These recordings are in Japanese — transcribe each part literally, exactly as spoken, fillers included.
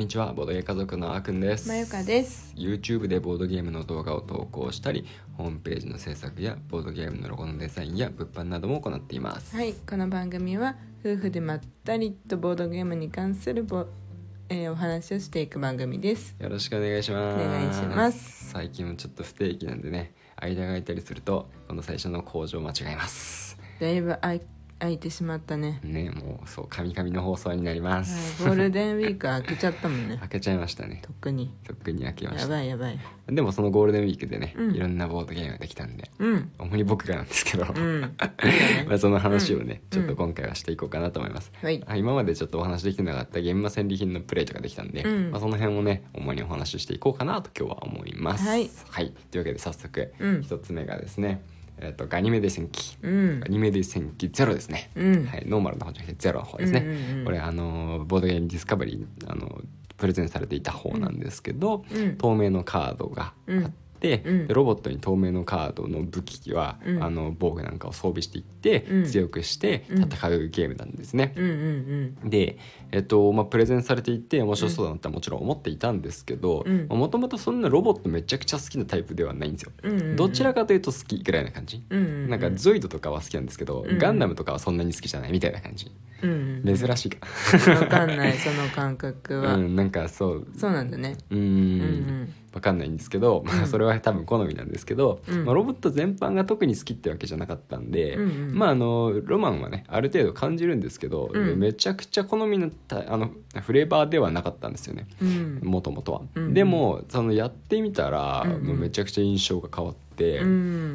にちは、ボードゲー家族のあくんです。 まゆかです。 YouTube でボードゲームの動画を投稿したり、ホームページの制作やボードゲームのロゴのデザインや物販なども行っています。 はい、この番組は夫婦でまったりとボードゲームに関するボ、えー、お話をしていく番組です。 よろしくお願いします。 お願いします。 最近もちょっと不定期なんでね、間が空いたりするとこの最初の工場間違えます。 だいぶ空い空いてしまったね。 ね、もうそう神々の放送になります、 はい、ゴールデンウィーク開けちゃったもんね。 開けちゃいましたね。 特に特に開けました。 やばいやばい。 でもそのゴールデンウィークでね、 うん、 いろんなボードゲームができたんで、 うん、 主に僕がなんですけど、 うんまあその話をね、 うん、 ちょっと今回はしていこうかなと思います、 はい、 あ今までちょっとお話できてなかった現場戦利品のプレイとかできたんで、うんまあ、その辺をね主にお話ししていこうかなと今日は思います。 はい、 はい、というわけで早速一、うん、つ目がですね、えー、とガニメデ戦記、うん、ガニメデ戦記ゼロですね、うんはい、ノーマルの方じゃなくてゼロの方ですね、うんうんうん、これあのボードゲームディスカバリーあのプレゼンされていた方なんですけど、うん、透明のカードがあって、うんでロボットに透明のカードの武器は、うん、あの防具なんかを装備していって、うん、強くして戦うゲームなんですね、うんうんうん、で、えっとまあ、プレゼンされていて面白そうだなってもちろん思っていたんですけどもともとそんなロボットめちゃくちゃ好きなタイプではないんですよ、うんうんうん、どちらかというと好きぐらいな感じ、うんうんうん、なんかゾイドとかは好きなんですけど、うんうん、ガンダムとかはそんなに好きじゃないみたいな感じ、うんうん、珍しいか分かんないその感覚は、 うん、なんかそうそうなんだねうん、うんうん分かんないんですけど、まあ、それは多分好みなんですけど、うんまあ、ロボット全般が特に好きってわけじゃなかったんで、うんうんまあ、あのロマンはねある程度感じるんですけど、うん、めちゃくちゃ好みのあのフレーバーではなかったんですよねもともとは、うんうん、でもそのやってみたら、うんうん、もうめちゃくちゃ印象が変わって、うん、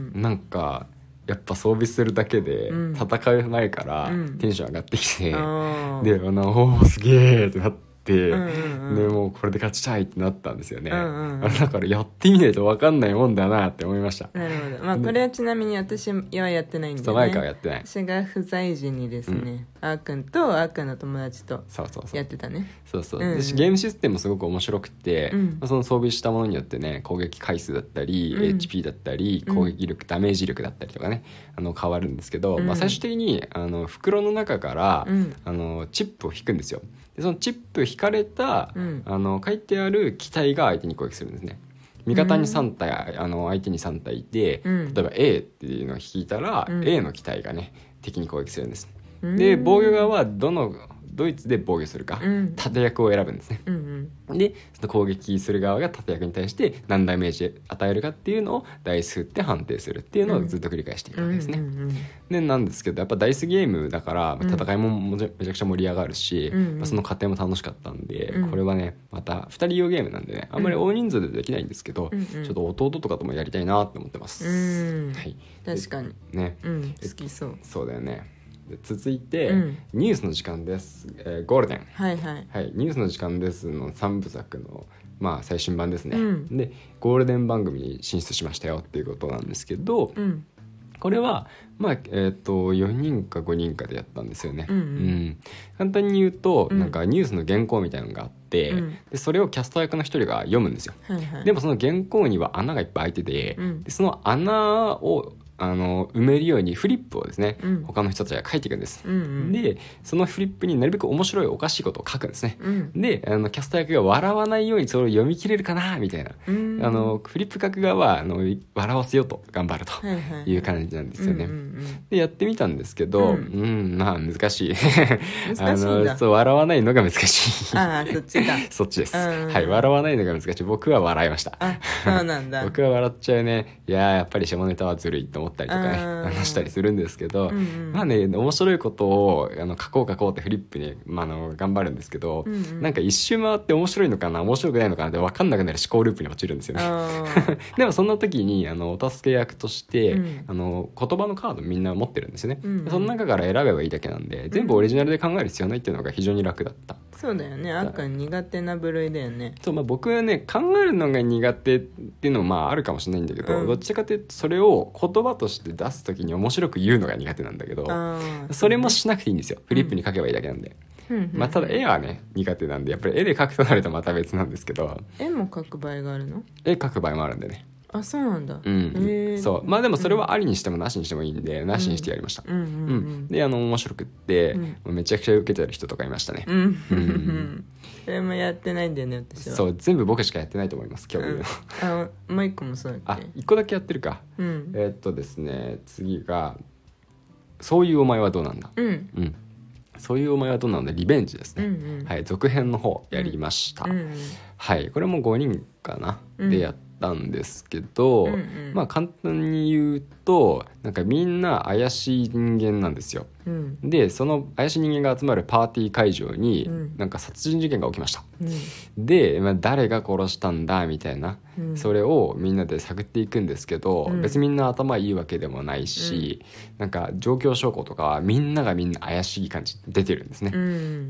なんかやっぱ装備するだけで戦う前からテンション上がってきて、うん、であのおーすげーってなってで、うんうんうん、でもうこれで勝ちたいってなったんですよね、うんうんうん、だからやってみないと分かんないもんだなって思いました。なるほど、まあ、これはちなみに私はやってないんでね。 そう前からやってない。 私が不在時にですね、うん、あーくんとあーくんの友達とやってたね。 そうそうそう、うんうん、でゲームシステムもすごく面白くて、うんまあ、その装備したものによってね攻撃回数だったり、うん、エイチピー だったり攻撃力、うん、ダメージ力だったりとかねあの変わるんですけど、うんまあ、最終的にあの袋の中から、うん、あのチップを引くんですよ。でそのチップ引かれた、うん、あの書いてある機体が相手に攻撃するんですね。味方にさん体、うん、あの相手にさん体いて、うん、例えば A っていうのを引いたら、うん、A の機体がね敵に攻撃するんです。うん、で防御側はどのドイツで防御するか、うん、盾役を選ぶんですね、うんうん、でその攻撃する側が盾役に対して何ダメージ与えるかっていうのをダイス振って判定するっていうのをずっと繰り返していくわけですね、うんうんうん、でなんですけどやっぱダイスゲームだから戦いもめちゃくちゃ盛り上がるし、うんうんまあ、その過程も楽しかったんで、うん、これはねまたふたり用ゲームなんでねあんまり大人数でできないんですけど、うんうん、ちょっと弟とかともやりたいなって思ってます、 うんはい、 確かにね、うん、好きそうそうだよね。で続いて、うん、ニュースの時間です、えー、ゴールデン、 はいはいはい、ニュースの時間ですのさんぶさくの、まあ、最新版ですね、うん、でゴールデン番組に進出しましたよっていうことなんですけど、うん、これは、まあえー、とよにんかごにんかでやったんですよね、うんうんうん、簡単に言うと、うん、なんかニュースの原稿みたいなのがあって、うん、でそれをキャスター役の一人が読むんですよ、はいはい、でもその原稿には穴がいっぱい開いてて、うん、でその穴をあの埋めるようにフリップをですね、うん、他の人たちが書いていくんです、うんうん、でそのフリップになるべく面白いおかしいことを書くんですね、うん、であのキャスター役が笑わないようにそれを読み切れるかなみたいな、うん、あのフリップ書く側はあの笑わせようと頑張るという感じなんですよね、はいはいはい、でやってみたんですけど、うん、うん、まあ難しい難しいんだあのそう笑わないのが難しいあそっちかそっちです、はい、笑わないのが難しい。僕は笑いました。 あそうなんだ僕は笑っちゃうね。いややっぱり下ネタはずるいと思ったりとかね話したりするんですけど、うんうん、まあね面白いことをあの書こう書こうってフリップに、まあ、あの頑張るんですけど、うんうん、なんか一周回って面白いのかな面白くないのかなって分かんなくなる思考ループに落ちるんですよねでもそんな時にあのお助け役として、うん、あの言葉のカードみんな持ってるんですよね、うんうん、その中から選べばいいだけなんで全部オリジナルで考える必要ないっていうのが非常に楽だった。 そうだよね。あっかん苦手な部類だよね。 そう、まあ、僕はね考えるのが苦手っていうのもまああるかもしれないんだけど、うん、どっちかというとそれを言葉として出す時に面白く言うのが苦手なんだけど、それもしなくていいんですよ。フリップに書けばいいだけなんで、うん、まあ、ただ絵はね苦手なんでやっぱり絵で描くとなるとまた別なんですけど。 絵も描く場合があるの？ 絵描く場合もあるんでね。 あ、そうなんだ。 うん、 へー。 そうまあでもそれはありにしてもなしにしてもいいんで、なしにしてやりました。 うんうんうんうんであの面白くって、うん、めちゃくちゃ受けてる人とかいましたね。 うんうん、 それもやってないんだよね私は。 そう全部僕しかやってないと思います今日、 うん、あもう一個もそうだっけ。 あ一個だけやってるか、 うん、 えー、っとですね次がそういうお前はどうなんだ。 うんうんそういうお前はどうなんだリベンジですね、 うんうん、 はい続編の方やりました、 うんうん、 はいこれもごにんかな、 うん、 でやったんですけど、 うんうん、 まあ簡単に言うとなんかみんな怪しい人間なんですよ、 うん、 でその怪しい人間が集まるパーティー会場に、 うん、 なんか殺人事件が起きました、 うん、 で、まあ、誰が殺したんだみたいな、 うん、 それをみんなで探っていくんですけど、 うん、 別にみんな頭いいわけでもないし、うん、なんか状況証拠とかはみんながみんな怪しい感じ出てるんですね、 うん、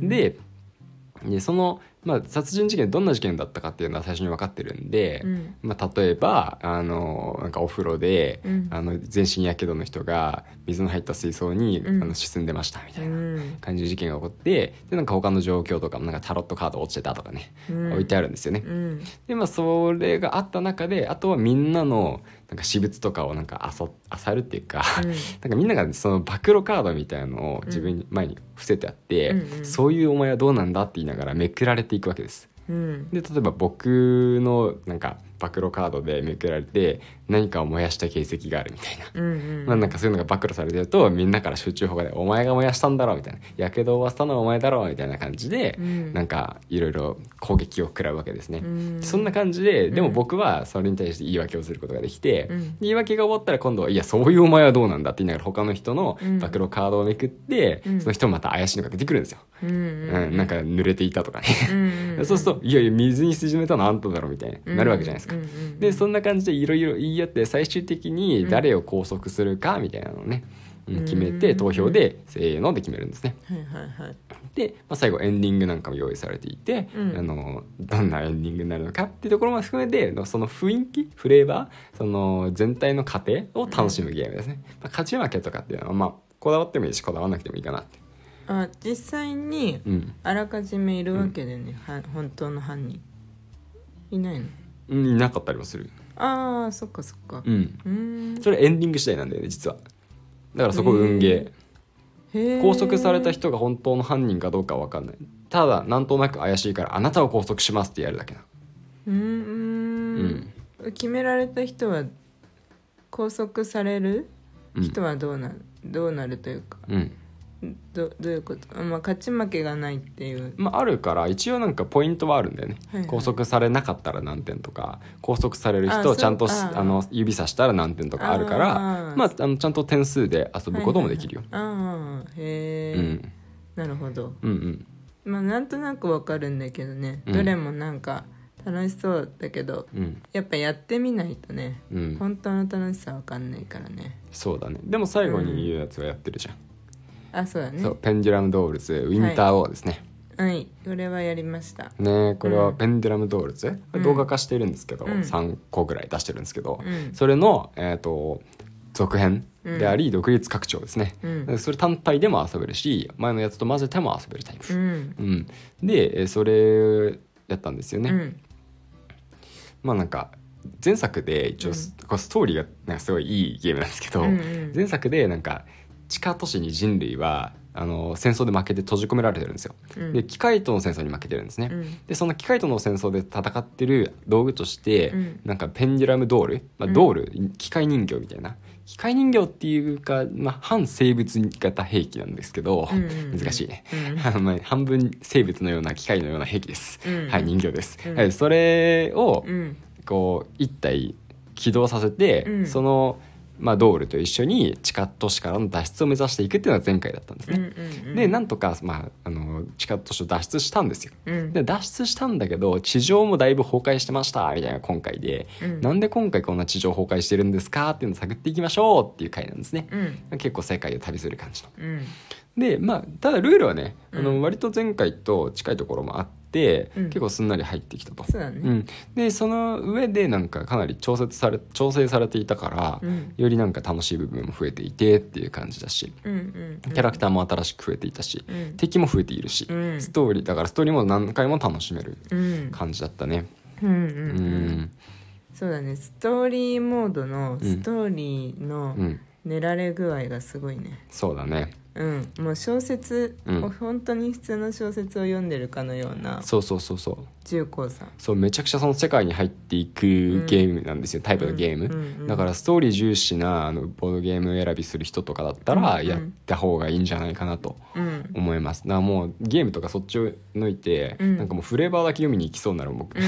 ででその、まあ、殺人事件どんな事件だったかっていうのは最初に分かってるんで、 うんまあ、例えばあのなんかお風呂で、 うん、 あの全身やけどの人が水の入った水槽に、 うん、 あの沈んでましたみたいなうん感じの事件が起こって、でなんか他の状況とかもなんかタロットカード落ちてたとかね、 うん、 置いてあるんですよね、 うん、 でまあそれがあった中であとはみんなのなんか私物とかをなんかあさ漁るっていうか、うん、なんかみんながその暴露カードみたいなのを自分に前に伏せてあって、うん、そういうお前はどうなんだって言いながらめくられていくわけです、うん、で例えば僕のなんか暴露カードでめくられて何かを燃やした形跡があるみたいな、うんうんまあ、なんかそういうのが暴露されてるとみんなから集中砲火でお前が燃やしたんだろうみたいなやけどを負わせたのはお前だろうみたいな感じで、うん、なんかいろいろ攻撃を食らうわけですね、うん、そんな感じででも僕はそれに対して言い訳をすることができて、うん、言い訳が終わったら今度はいやそういうお前はどうなんだって言いながら他の人の暴露カードをめくって、うん、その人もまた怪しいのが出てくるんですよ、うんうん、なんか濡れていたとかね、うん、そうするといやいや水に沈めたのあんただろみたいになるわけじゃないですか、うんうんうん、でそんな感じでいろいろ言い合って最終的に誰を拘束するかみたいなのをね、うん、決めて投票でせーので決めるんですね、 はいはいはい、 で、まあ、最後エンディングなんかも用意されていて、うん、あのどんなエンディングになるのかっていうところも含めてその雰囲気フレーバーその全体の過程を楽しむゲームですね、うんまあ、勝ち負けとかっていうのは、まあ、こだわってもいいしこだわらなくてもいいかなって。 あ実際にあらかじめいるわけでね、うん、本当の犯人いないの？ うん、いなかったりもする。 ああそっかそっか、 うん、うんそれエンディング次第なんだよね実は。だからそこ運ゲー。拘束された人が本当の犯人かどうかは分かんない。ただなんとなく怪しいからあなたを拘束しますってやるだけな。 うーん、うん、決められた人は拘束される人はどうなる、うん、どうなるというか、うんど, どういうこと、まあ、勝ち負けがないっていう、 まあ、あるから一応なんかポイントはあるんだよね、はいはい、拘束されなかったら何点とか拘束される人をちゃんとあの指さしたら何点とかあるからあ、まあ、あのちゃんと点数で遊ぶこともできるよ、 はいはいはい、ああへえ、うん、なるほど、うんうんまあ、なんとなくわかるんだけどね、うん、どれもなんか楽しそうだけど、うん、やっぱやってみないとね、うん、本当の楽しさわかんないからね。 そうだね。でも最後に言うやつはやってるじゃん、 うん、あそうだね。 そうペンデュラムドールズウィンターウォーですね。 はい、はい、これはやりましたね。これはペンデュラムドールズ、うん、動画化してるんですけど、うん、さんこぐらい出してるんですけど、うん、それの、えーと、続編であり、うん、独立拡張ですね、うん、それ単体でも遊べるし前のやつと混ぜても遊べるタイプ、うんうん、でそれやったんですよね、うんまあなんか前作で一応、うん、ストーリーがなんかすごいいいゲームなんですけど、うんうん、前作でなんか地下都市に人類はあの戦争で負けて閉じ込められてるんですよ、うん、で機械との戦争に負けてるんですね、うん、でその機械との戦争で戦ってる道具として、うん、なんかペンデュラムドール、まあ、ドール、うん、機械人形みたいな機械人形っていうか、まあ、反生物型兵器なんですけど、うんうんうん、難しいね、うん、半分生物のような機械のような兵器です、うんうん、はい人形です、うんはい、それをこう一体起動させて、うん、そのまあ、ドールと一緒に地下都市からの脱出を目指していくっていうのが前回だったんですね、うんうんうん、でなんとか、まあ、あの地下都市を脱出したんですよ、うん、で脱出したんだけど地上もだいぶ崩壊してましたみたいな今回で、うん、なんで今回こんな地上崩壊してるんですかっていうのを探っていきましょうっていう回なんですね、うん、結構世界を旅する感じの、うん、でまあただルールはね、うん、あの割と前回と近いところもあってでうん、結構すんなり入ってきたと。 そうだね。 うん、でその上でなんかかなり調節され調整されていたから、うん、よりなんか楽しい部分も増えていてっていう感じだし、うんうんうん、キャラクターも新しく増えていたし、うん、敵も増えているし、うん、ストーリーだからストーリーも何回も楽しめる感じだったね。うんうんうんうん、 そうだね、ストーリーモードのストーリーの練られ具合がすごいね、うん、 そうだね、 うん、もう小説、うん、本当に普通の小説を読んでるかのような、 そうそうそうそう重厚さ、 そうめちゃくちゃその世界に入っていくゲームなんですよ、うん、タイプのゲーム、うんうんうん、だからストーリー重視なあのボードゲーム選びする人とかだったらやった方がいいんじゃないかなと思います、うん、だからもうゲームとかそっちを抜いて、うん、なんかもうフレーバーだけ読みに行きそうなら僕、うん、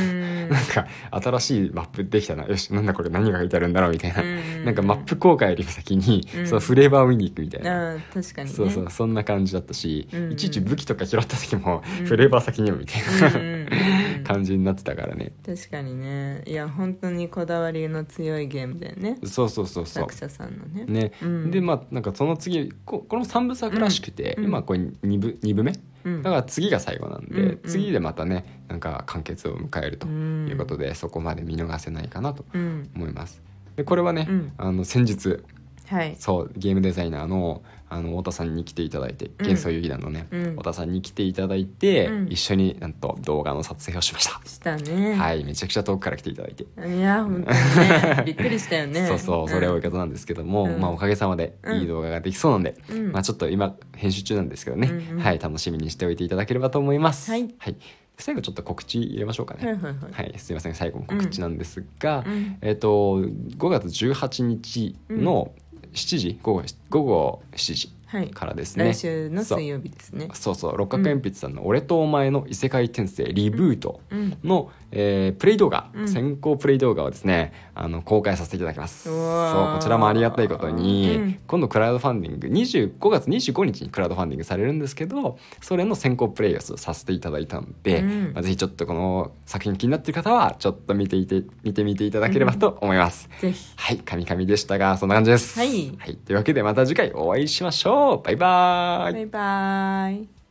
なんか新しいマップできたな、よしなんだこれ何が書いてあるんだろうみたいな、うん、なんかマップ公開よりも先に、うん、そのフレーバーを見に行くみたいな、 あ確かにね、 そうそうそんな感じだったし、うんうん、いちいち武器とか拾った時も、うん、フレーバー先に読むみたいな、うんうんうん、感じになってたからね。 確かにね、いや本当にこだわりの強いゲームだよね。 そうそうそうそう、 作者さんのね。 ね、うん、でまあなんかその次 こ, このさんぶ作らしくて、うん、今これ 2, 部に部目、うん、だから次が最後なんで、うん、次でまたねなんか完結を迎えるということで、うん、そこまで見逃せないかなと思います。でこれはね、うん、あの先日、はい、そうゲームデザイナーのあの太田さんに来ていただいて、幻想遊戯団のね、うん、太田さんに来ていただいて、うん、一緒になんと動画の撮影をしました。 したね。 はい、めちゃくちゃ遠くから来ていただいて、 いや本当にねびっくりしたよね。 そうそう、それは多い方なんですけども、うん、まあおかげさまでいい動画ができそうなんで、うん、まあちょっと今編集中なんですけどね、うんうん、はい楽しみにしておいていただければと思います。はい、はい、最後ちょっと告知入れましょうかね。はいはいはい、はい、すいません最後の告知なんですが、うん、えっ、ー、とごがつじゅうはちにちのしちじ、午後、午後しちじからですね、 はい、来週の水曜日ですね。 そうそうそう、六角鉛筆さんの俺とお前の異世界転生リブートの、うんえー、プレイ動画、うん、先行プレイ動画をですねあの公開させていただきます。そうこちらもありがたいことに、うん、今度クラウドファンディングにじゅうごがつにじゅうごにちにクラウドファンディングされるんですけど、それの先行プレイをさせていただいたんで、うんまあ、ぜひちょっとこの作品気になっている方はちょっと見ていて見てみていただければと思います、うん、ぜひ。はい、カミカミでしたがそんな感じです。はい、はい、というわけでまた次回お会いしましょう。バイバーイ。 バイバーイ。